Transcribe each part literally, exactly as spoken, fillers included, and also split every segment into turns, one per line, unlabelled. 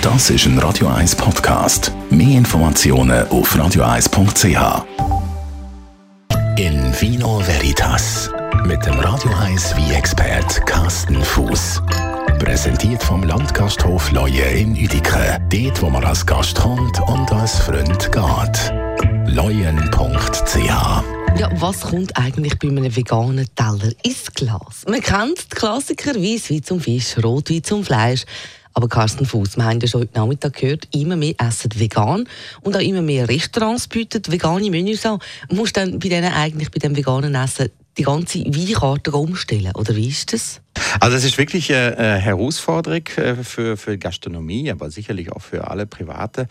Das ist ein Radio eins Podcast. Mehr Informationen auf radio eins punkt c h. In Vino Veritas mit dem Radio eins Wein-Expert Carsten Fuß. Präsentiert vom Landgasthof Leue in Uedike. Dort, wo man als Gast kommt und als Freund geht. leuen punkt c h.
Ja, was kommt eigentlich bei einem veganen Teller ins Glas? Man kennt die Klassiker, Weisswein zum Fisch, Rotwein zum Fleisch. Aber Carsten Fuß, wir haben ja schon heute Nachmittag gehört, immer mehr essen vegan und auch immer mehr Restaurants bieten vegane Menüs an. Musst du dann bei denen eigentlich bei dem veganen Essen die ganze Weinkarte umstellen, oder wie ist das?
Also es ist wirklich eine Herausforderung für, für Gastronomie, aber sicherlich auch für alle Private,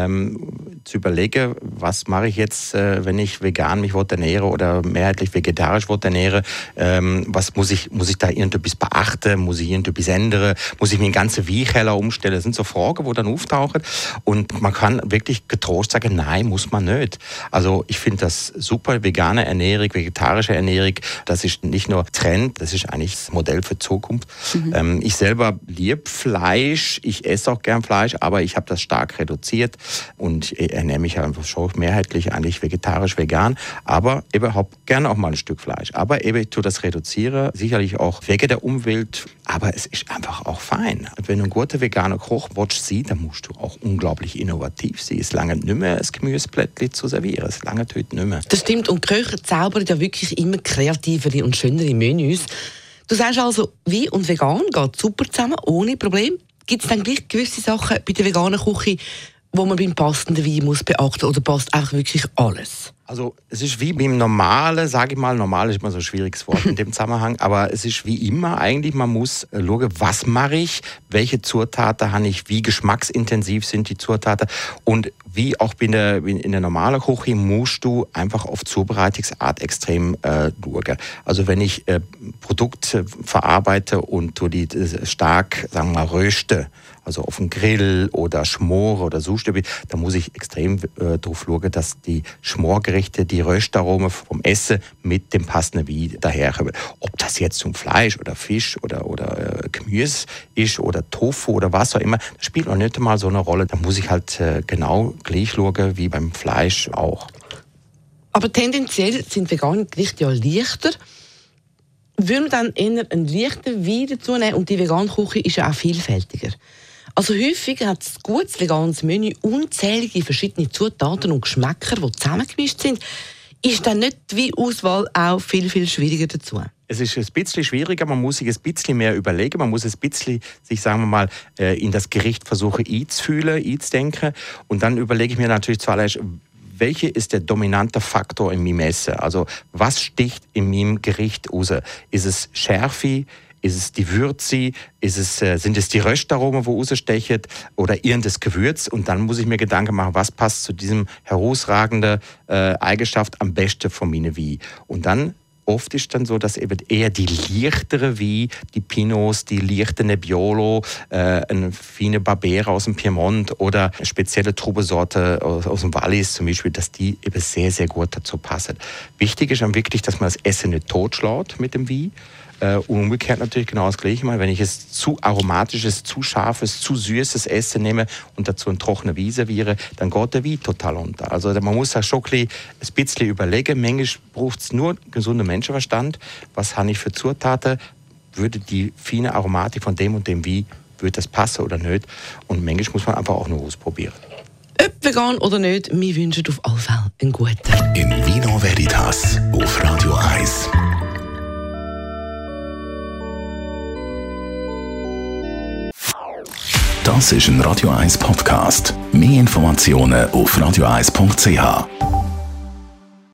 ähm, zu überlegen, was mache ich jetzt, äh, wenn ich vegan mich ernähre oder mehrheitlich vegetarisch ernähre, ähm, was muss ich, muss ich da irgendetwas beachten, muss ich irgendetwas ändern, muss ich mir einen ganzen Weinkeller umstellen, das sind so Fragen, die dann auftauchen und man kann wirklich getrost sagen, nein, muss man nicht. Also ich finde das super, vegane Ernährung, vegetarische Ernährung, das ist nicht nur Trend, das ist eigentlich das Modell für Zukunft. Mhm. Ähm, ich selber liebe Fleisch, ich esse auch gern Fleisch, aber ich habe das stark reduziert und ernähre mich einfach schon mehrheitlich eigentlich vegetarisch, vegan, aber eben habe gerne auch mal ein Stück Fleisch. Aber eben ich tue das reduziere, sicherlich auch wegen der Umwelt, aber es ist einfach auch fein. Wenn du ein guter veganer Koch willst, dann musst du auch unglaublich innovativ sein. Es lange nicht mehr, ein Gemüseblättchen zu servieren, es lange heute nicht mehr.
Das stimmt und Köche zaubern ja wirklich immer kreativere und schönere Menüs. Du sagst also, Wein und vegan geht super zusammen, ohne Problem. Gibt es dann gleich gewisse Sachen bei der veganen Küche, wo man beim passenden Wein muss beachten oder passt auch wirklich alles?
Also es ist wie beim Normalen, sage ich mal, normal ist immer so ein schwieriges Wort in dem Zusammenhang, aber es ist wie immer eigentlich, man muss schauen, was mache ich, welche Zutaten habe ich, wie geschmacksintensiv sind die Zutaten und wie auch in der, in der normalen Küche musst du einfach auf Zubereitungsart extrem äh, schauen. Also wenn ich äh, Produkte verarbeite und du die äh, stark, sagen wir mal, röste, also auf dem Grill oder schmore oder so, dann muss ich extrem äh, darauf schauen, dass die Schmorgerichte, die Röstaromen vom Essen mit dem passenden Wein daherkommen. Ob das jetzt zum Fleisch oder Fisch oder, oder äh, Gemüse ist oder Tofu oder was auch immer, das spielt noch nicht mal so eine Rolle. Da muss ich halt äh, genau gleich schauen wie beim Fleisch auch.
Aber tendenziell sind vegane Gerichte ja leichter. Würden wir dann eher einen leichten Wein dazu nehmen und die vegane Küche ist ja auch vielfältiger. Also häufig hat ein gutes veganes Menü unzählige verschiedene Zutaten und Geschmäcker, die zusammengemischt sind. Ist dann nicht die Auswahl auch viel, viel schwieriger dazu?
Es ist ein bisschen schwieriger, man muss sich ein bisschen mehr überlegen, man muss ein bisschen sich, sagen wir mal, in das Gericht versuchen einzufühlen, einzudenken. Und dann überlege ich mir natürlich zuallererst, welcher ist der dominante Faktor in meinem Essen? Also was sticht in meinem Gericht raus? Ist es Schärfe? Ist es die Würze? Ist es, äh, sind es die Röstaromen, die rausstechen? Oder irgendein Gewürz? Und dann muss ich mir Gedanken machen, was passt zu diesem herausragenden äh, Eigenschaft am besten von meinem Wein? Und dann oft ist dann so, dass eben eher die leichtere Wein, die Pinots, die leichte Nebbiolo, äh, eine feine Barbera aus dem Piemont oder eine spezielle Trubesorte aus, aus dem Wallis zum Beispiel, dass die eben sehr, sehr gut dazu passen. Wichtig ist dann wirklich, dass man das Essen nicht totschlaut mit dem Wein. Äh, und umgekehrt natürlich genau das Gleiche. Wenn ich es zu aromatisches, zu scharfes, zu süßes Essen nehme und dazu einen trockenen Wein serviere, dann geht der Wein total unter. Also man muss da schon ein bisschen überlegen. Manchmal braucht es nur gesunden Menschenverstand. Was habe ich für Zutaten? Würde die feine Aromatik von dem und dem Wein, würde das passen oder nicht? Und manchmal muss man einfach auch nur ausprobieren.
Ob vegan oder nicht, wir wünschen auf alle Fälle einen guten.
In Vino Veritas auf Radio eins. Das ist ein Radio eins Podcast. Mehr Informationen auf radio eins punkt c h.